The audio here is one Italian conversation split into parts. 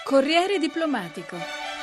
Corriere diplomatico.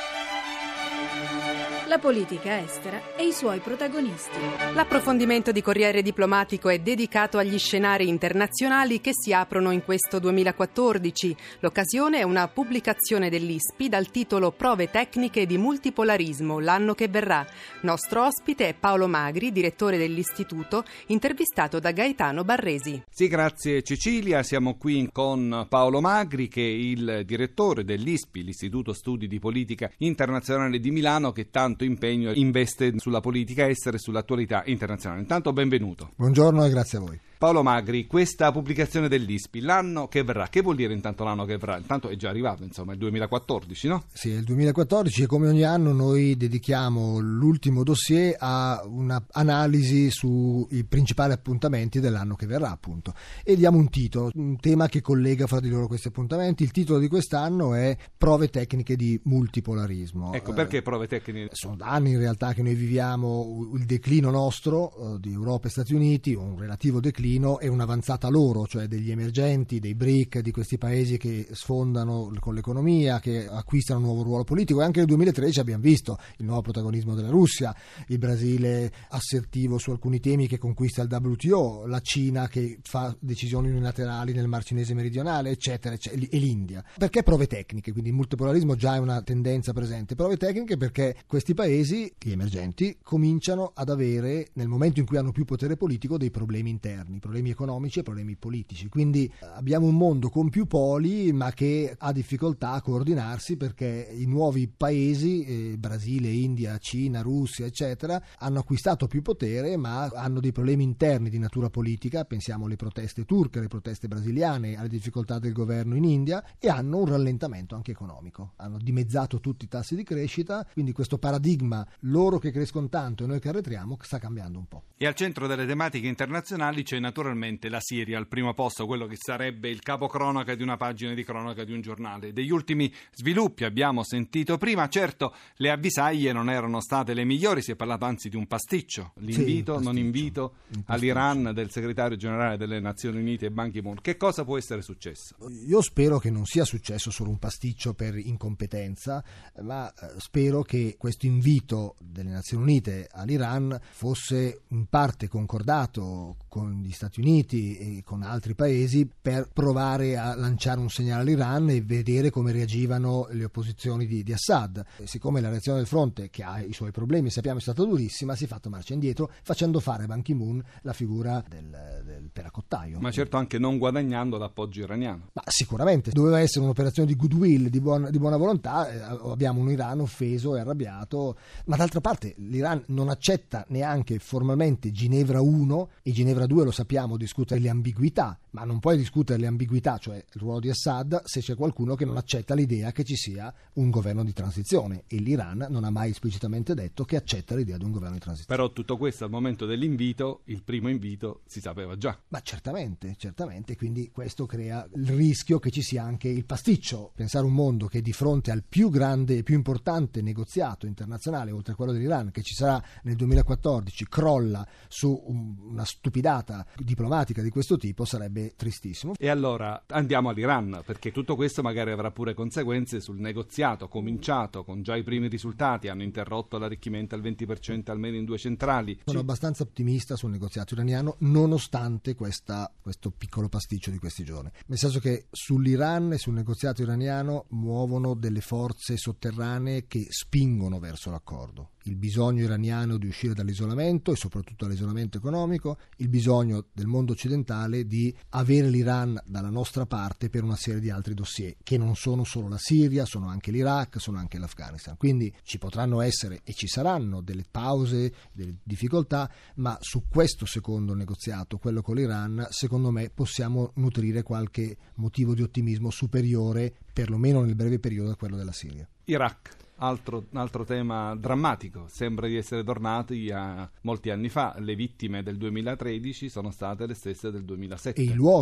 La politica estera e i suoi protagonisti. L'approfondimento di Corriere diplomatico è dedicato agli scenari internazionali che si aprono in questo 2014. L'occasione è una pubblicazione dell'ISPI dal titolo Prove tecniche di multipolarismo, l'anno che verrà. Nostro ospite è Paolo Magri, direttore dell'istituto, intervistato da Gaetano Barresi. Sì, grazie Cecilia. Siamo qui con Paolo Magri, che è il direttore dell'ISPI, l'Istituto Studi di Politica Internazionale di Milano, che tanto impegno investe sulla politica estera e sull'attualità internazionale. Intanto benvenuto. Buongiorno e grazie a voi. Paolo Magri, questa pubblicazione dell'ISPI, l'anno che verrà, che vuol dire intanto l'anno che verrà? Intanto è già arrivato, insomma, il 2014, no? Sì, è il 2014 e come ogni anno noi dedichiamo l'ultimo dossier a un'analisi sui principali appuntamenti dell'anno che verrà, appunto. E diamo un titolo, un tema che collega fra di loro questi appuntamenti. Il titolo di quest'anno è Prove tecniche di multipolarismo. Ecco, perché prove tecniche? Sono da anni in realtà che noi viviamo il declino nostro, di Europa e Stati Uniti, un relativo declino e un'avanzata loro, cioè degli emergenti, dei BRIC, di questi paesi che sfondano con l'economia, che acquistano un nuovo ruolo politico. E anche nel 2013 abbiamo visto il nuovo protagonismo della Russia, il Brasile assertivo su alcuni temi che conquista il WTO, la Cina che fa decisioni unilaterali nel Mar Cinese meridionale, eccetera, eccetera, e l'India. Perché prove tecniche? Quindi il multipolarismo già è una tendenza presente. Prove tecniche perché questi paesi, gli emergenti, cominciano ad avere, nel momento in cui hanno più potere politico, dei problemi interni, problemi economici e problemi politici. Quindi abbiamo un mondo con più poli ma che ha difficoltà a coordinarsi perché i nuovi paesi, Brasile, India, Cina, Russia, eccetera, hanno acquistato più potere ma hanno dei problemi interni di natura politica. Pensiamo alle proteste turche, alle proteste brasiliane, alle difficoltà del governo in India, e hanno un rallentamento anche economico. Hanno dimezzato tutti i tassi di crescita, quindi questo paradigma, loro che crescono tanto e noi che arretriamo, sta cambiando un po'. E al centro delle tematiche internazionali c'è naturalmente la Siria, al primo posto, quello che sarebbe il capocronaca di una pagina di cronaca di un giornale. Degli ultimi sviluppi abbiamo sentito prima. Certo, le avvisaglie non erano state le migliori, si è parlato anzi di un pasticcio, l'invito, non invito all'Iran del segretario generale delle Nazioni Unite Ban Ki-moon. Che cosa può essere successo? Io spero che non sia successo solo un pasticcio per incompetenza, ma spero che questo invito delle Nazioni Unite all'Iran fosse in parte concordato con gli Stati Uniti e con altri paesi per provare a lanciare un segnale all'Iran e vedere come reagivano le opposizioni di Assad. Siccome la reazione del fronte, che ha i suoi problemi, sappiamo, è stata durissima, si è fatto marcia indietro facendo fare a Ban Ki-moon la figura del peracottaio. Ma certo anche non guadagnando l'appoggio iraniano. Ma sicuramente doveva essere un'operazione di goodwill, di buona volontà. Abbiamo un Iran offeso e arrabbiato, ma d'altra parte l'Iran non accetta neanche formalmente Ginevra 1 e Ginevra 2, lo sappiamo, discutere le ambiguità, ma non puoi discutere le ambiguità, cioè il ruolo di Assad, se c'è qualcuno che non accetta l'idea che ci sia un governo di transizione, e l'Iran non ha mai esplicitamente detto che accetta l'idea di un governo di transizione. Però tutto questo al momento dell'invito, il primo invito, si sapeva già. Ma certamente, quindi questo crea il rischio che ci sia anche il pasticcio. Pensare un mondo che di fronte al più grande e più importante negoziato internazionale, oltre a quello dell'Iran, che ci sarà nel 2014, crolla su una stupidata diplomatica di questo tipo, sarebbe tristissimo. E allora andiamo all'Iran, perché tutto questo magari avrà pure conseguenze sul negoziato cominciato con già i primi risultati. Hanno interrotto l'arricchimento al 20% almeno in 2 centrali. Sono abbastanza ottimista sul negoziato iraniano, nonostante questo piccolo pasticcio di questi giorni, nel senso che sull'Iran e sul negoziato iraniano muovono delle forze sotterranee che spingono verso l'accordo. Il bisogno iraniano di uscire dall'isolamento e soprattutto dall'isolamento economico, il bisogno del mondo occidentale di avere l'Iran dalla nostra parte per una serie di altri dossier che non sono solo la Siria, sono anche l'Iraq, sono anche l'Afghanistan. Quindi ci potranno essere e ci saranno delle pause, delle difficoltà, ma su questo secondo negoziato, quello con l'Iran, secondo me possiamo nutrire qualche motivo di ottimismo superiore, perlomeno nel breve periodo, a quello della Siria. Iraq. Altro tema drammatico, sembra di essere tornati a molti anni fa. Le vittime del 2013 sono state le stesse del 2007. E i luoghi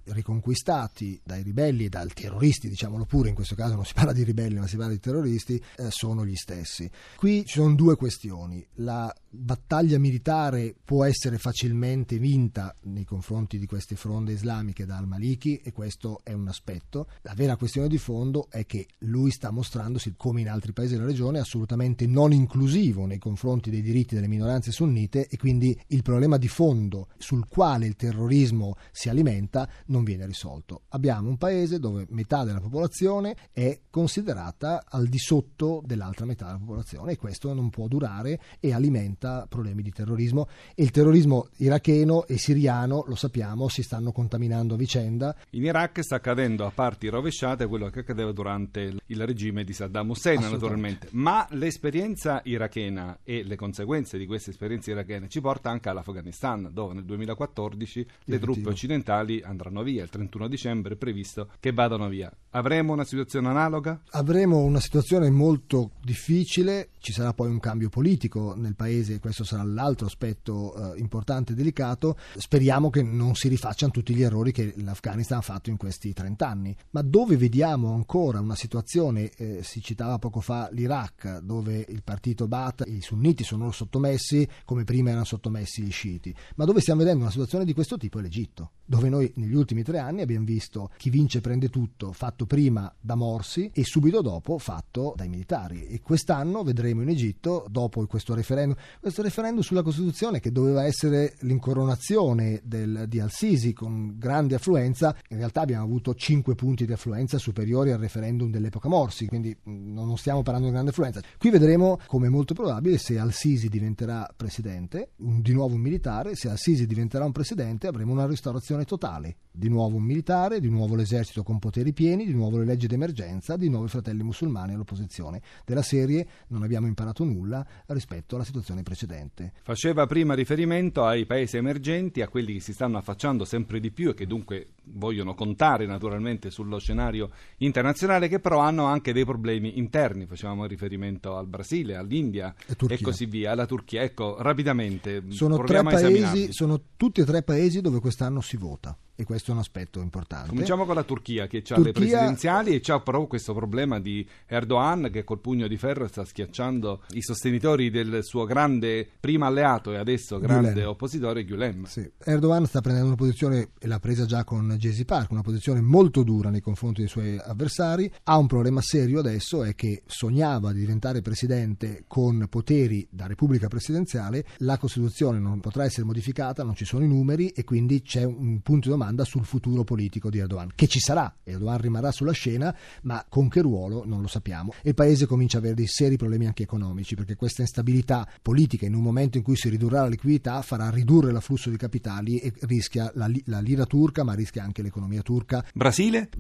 riconquistati dai ribelli e dai terroristi, diciamolo pure, in questo caso non si parla di ribelli ma si parla di terroristi, sono gli stessi. Qui ci sono due questioni: la battaglia militare può essere facilmente vinta nei confronti di queste fronde islamiche da al-Maliki, e questo è un aspetto. La vera questione di fondo è che lui sta mostrandosi, come in altri paesi della regione, assolutamente non inclusivo nei confronti dei diritti delle minoranze sunnite, e quindi il problema di fondo sul quale il terrorismo si alimenta non viene risolto. Abbiamo un paese dove metà della popolazione è considerata al di sotto dell'altra metà della popolazione, e questo non può durare e alimenta problemi di terrorismo, e il terrorismo iracheno e siriano, lo sappiamo, si stanno contaminando a vicenda. In Iraq sta accadendo a parti rovesciate quello che accadeva durante il regime di Saddam Hussein, naturalmente, ma l'esperienza irachena e le conseguenze di questa esperienza irachena ci porta anche all'Afghanistan, dove nel 2014 le truppe occidentali andranno via. Il 31 dicembre è previsto che vadano via. Avremo una situazione analoga? Avremo una situazione molto difficile, ci sarà poi un cambio politico nel paese, e questo sarà l'altro aspetto importante e delicato. Speriamo che non si rifacciano tutti gli errori che l'Afghanistan ha fatto in questi 30 anni. Ma dove vediamo ancora una situazione, si citava poco fa l'Iraq, dove il partito Ba'ath e i sunniti sono sottomessi come prima erano sottomessi gli sciiti, ma dove stiamo vedendo una situazione di questo tipo è l'Egitto, dove noi negli ultimi 3 anni abbiamo visto chi vince prende tutto, fatto prima da Morsi e subito dopo fatto dai militari. E quest'anno vedremo in Egitto, dopo questo referendum sulla Costituzione, che doveva essere l'incoronazione di al-Sisi con grande affluenza, in realtà abbiamo avuto 5 punti di affluenza superiori al referendum dell'epoca Morsi, quindi non stiamo parlando di grande affluenza. Qui vedremo, come è molto probabile, se al-Sisi diventerà presidente, di nuovo un militare. Se al-Sisi diventerà un presidente avremo una restaurazione totale, di nuovo un militare, di nuovo l'esercito con poteri pieni, di nuovo le leggi d'emergenza, di nuovo i fratelli musulmani all'opposizione. Della serie non abbiamo imparato nulla rispetto alla situazione precedente. Faceva prima riferimento ai paesi emergenti, a quelli che si stanno affacciando sempre di più e che dunque vogliono contare naturalmente sullo scenario internazionale, che però hanno anche dei problemi interni. Facevamo riferimento al Brasile, all'India e così via, alla Turchia. Ecco, rapidamente sono 3 paesi, sono tutti e 3 paesi dove quest'anno si vota, e questo è un aspetto importante. Cominciamo con la Turchia, che ha le presidenziali e c'ha però questo problema di Erdogan, che col pugno di ferro sta schiacciando i sostenitori del suo grande prima alleato e adesso grande oppositore Gülen. Sì. Erdogan sta prendendo una posizione, e l'ha presa già con Gezi Park, una posizione molto dura nei confronti dei suoi avversari. Ha un problema serio adesso, è che sognava di diventare presidente con poteri da repubblica presidenziale. La Costituzione non potrà essere modificata, non ci sono i numeri, e quindi c'è un punto di domanda sul futuro politico di Erdogan, che ci sarà. Erdogan rimarrà sulla scena, ma con che ruolo non lo sappiamo. E il paese comincia a avere dei seri problemi anche economici, perché questa instabilità politica, in un momento in cui si ridurrà la liquidità, farà ridurre l'afflusso di capitali e rischia la lira turca, ma rischia anche l'economia turca. Brasile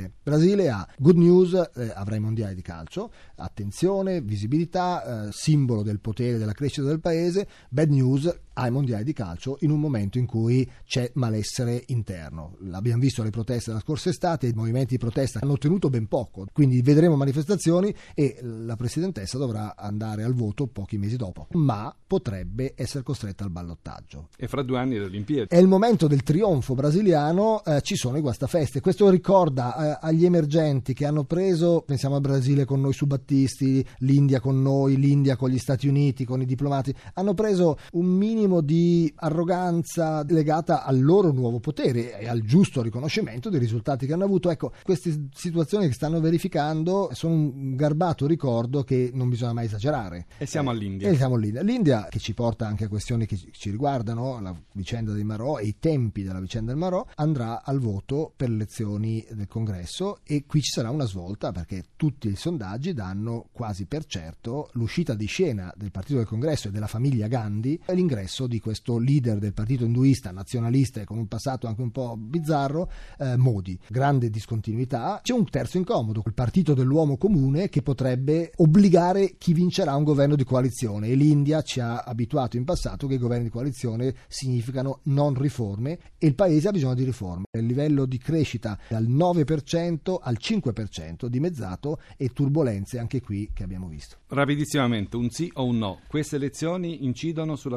ha good news, avrà i mondiali di calcio, attenzione, visibilità, simbolo del potere, della crescita del paese. Bad news, ai mondiali di calcio in un momento in cui c'è malessere interno. L'abbiamo visto alle proteste della scorsa estate, i movimenti di protesta hanno ottenuto ben poco, quindi vedremo manifestazioni e la presidentessa dovrà andare al voto pochi mesi dopo, ma potrebbe essere costretta al ballottaggio. E fra 2 anni le Olimpiadi. È il momento del trionfo brasiliano, ci sono i guastafeste. Questo ricorda agli emergenti che hanno preso, pensiamo al Brasile con noi su Battisti, l'India con noi, l'India con gli Stati Uniti, con i diplomati, hanno preso un minimo di arroganza legata al loro nuovo potere e al giusto riconoscimento dei risultati che hanno avuto. Ecco, queste situazioni che stanno verificando sono un garbato ricordo che non bisogna mai esagerare. E siamo all'India. L'India, che ci porta anche a questioni che ci riguardano, la vicenda dei Marò e i tempi della vicenda del Marò, andrà al voto per le elezioni del Congresso, e qui ci sarà una svolta, perché tutti i sondaggi danno quasi per certo l'uscita di scena del partito del Congresso e della famiglia Gandhi e l'ingresso di questo leader del partito induista, nazionalista e con un passato anche un po' bizzarro, Modi. Grande discontinuità. C'è un terzo incomodo, il partito dell'uomo comune, che potrebbe obbligare chi vincerà un governo di coalizione, e l'India ci ha abituato in passato che i governi di coalizione significano non riforme, e il paese ha bisogno di riforme. Il livello di crescita dal 9% al 5% dimezzato, e turbolenze anche qui che abbiamo visto. Rapidissimamente, un sì o un no: queste elezioni incidono sulla questione dei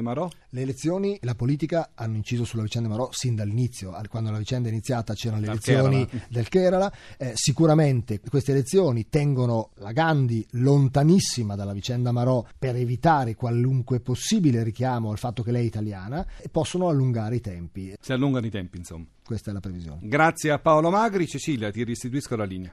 Marò? Le elezioni e la politica hanno inciso sulla vicenda Marò sin dall'inizio. Quando la vicenda è iniziata c'erano le elezioni del Kerala. Sicuramente queste elezioni tengono la Gandhi lontanissima dalla vicenda Marò per evitare qualunque possibile richiamo al fatto che lei è italiana, e possono allungare i tempi. Si allungano i tempi, insomma. Questa è la previsione. Grazie a Paolo Magri. Cecilia, ti restituisco la linea.